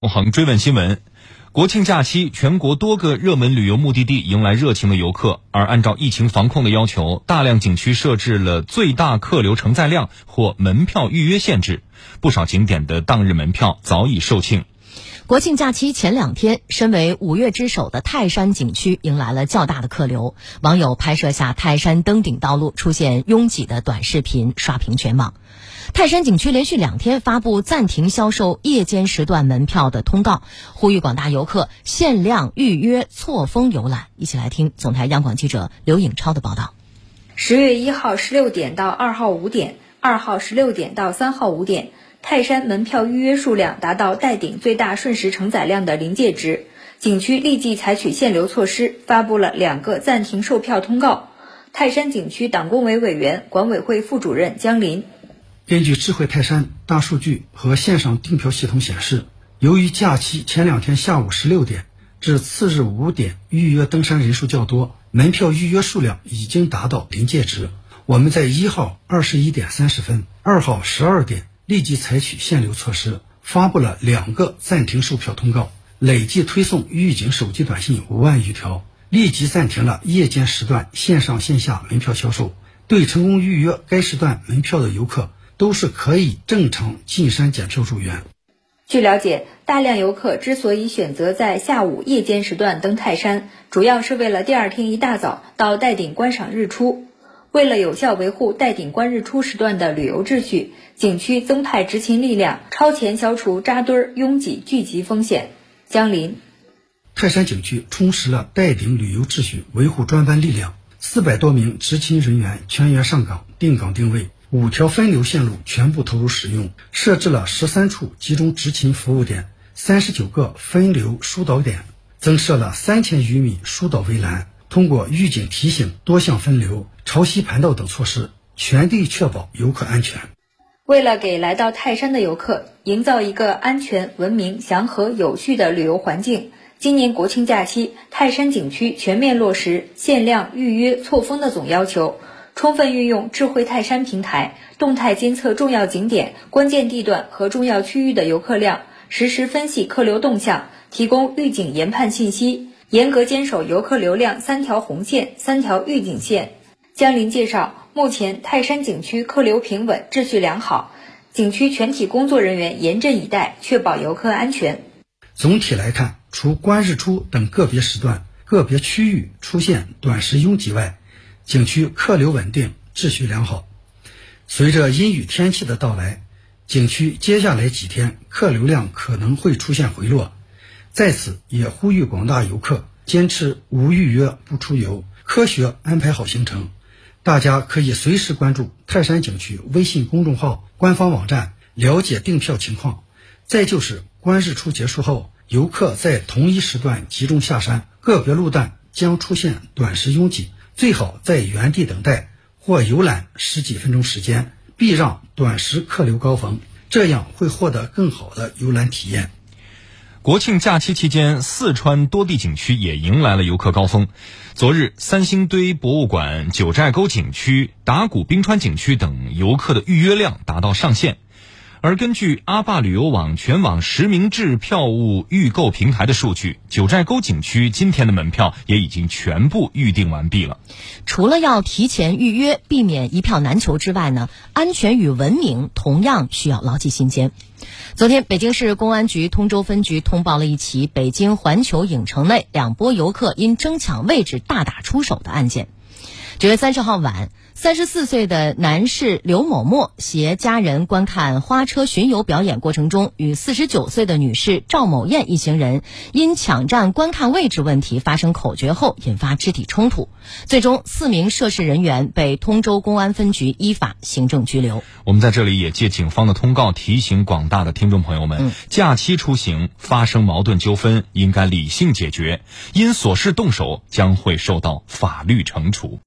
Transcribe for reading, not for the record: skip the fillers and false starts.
纵横追问新闻。国庆假期，全国多个热门旅游目的地迎来热情的游客，而按照疫情防控的要求，大量景区设置了最大客流承载量或门票预约限制，不少景点的当日门票早已售罄。 国庆假期前2天，身为五岳之首的泰山景区迎来了较大的客流，网友拍摄下泰山登顶道路出现拥挤的短视频刷屏全网。泰山景区连续2天发布暂停销售夜间时段门票的通告，呼吁广大游客限量预约错峰游览。一起来听总台央广记者刘颖超的报道。 10月1号16点到2号5点，2号16点到3号5点，泰山门票预约数量达到待顶最大瞬时承载量的临界值，景区立即采取限流措施，发布了2个暂停售票通告。泰山景区党工委委员、管委会副主任江林： 根据智慧泰山大数据和线上订票系统显示，由于假期前2天下午16点至次日5点预约登山人数较多，门票预约数量已经达到临界值。我们在1号21点30分、2号12点立即采取限流措施，发布了2个暂停售票通告，累计推送预警手机短信5万余条，立即暂停了夜间时段线上线下门票销售。对成功预约该时段门票的游客都是可以正常进山检票入园。 据了解，大量游客之所以选择在下午夜间时段登泰山，主要是为了第2天一大早到岱顶观赏日出。为了有效维护岱顶观日出时段的旅游秩序，景区增派执勤力量，超前消除扎堆拥挤聚集风险。江林： 泰山景区充实了岱顶旅游秩序维护专班力量，400多名执勤人员全员上岗，定岗定位，5条分流线路全部投入使用，设置了13处集中执勤服务点，39个分流疏导点，增设了3000余米疏导围栏，通过预警提醒、多项分流、潮汐盘道等措施，全力确保游客安全。 为了给来到泰山的游客营造一个安全、文明、祥和、有序的旅游环境，今年国庆假期，泰山景区全面落实限量预约错峰的总要求，充分运用智慧泰山平台，动态监测重要景点、关键地段和重要区域的游客量，实时分析客流动向，提供预警研判信息，严格坚守游客流量3条红线、3条预警线。江林介绍，目前泰山景区客流平稳，秩序良好，景区全体工作人员严阵以待，确保游客安全。 总体来看，除观日出等个别时段、个别区域出现短时拥挤外，景区客流稳定，秩序良好。随着阴雨天气的到来，景区接下来几天客流量可能会出现回落，在此也呼吁广大游客坚持无预约不出游，科学安排好行程。大家可以随时关注泰山景区微信公众号、官方网站，了解订票情况。再就是观日出结束后，游客在同一时段集中下山，个别路段将出现短时拥挤，最好在原地等待或游览10几分钟时间，避让短时客流高峰，这样会获得更好的游览体验。 国庆假期期间，四川多地景区也迎来了游客高峰。昨日，三星堆博物馆、九寨沟景区、达古冰川景区等游客的预约量达到上限。而根据阿坝旅游网全网实名制票务预购平台的数据，九寨沟景区今天的门票也已经全部预订完毕了。 除了要提前预约，避免一票难求之外呢，安全与文明同样需要牢记心间。昨天，北京市公安局通州分局通报了一起北京环球影城内2波游客因争抢位置大打出手的案件。9月30号晚，34岁的男士刘某某携家人观看花车巡游表演过程中，与49岁的女士赵某艳一行人因抢占观看位置问题发生口角后引发肢体冲突，最终4名涉事人员被通州公安分局依法行政拘留。 我们在这里也借警方的通告提醒广大的听众朋友们，假期出行发生矛盾纠纷应该理性解决，因琐事动手将会受到法律惩处。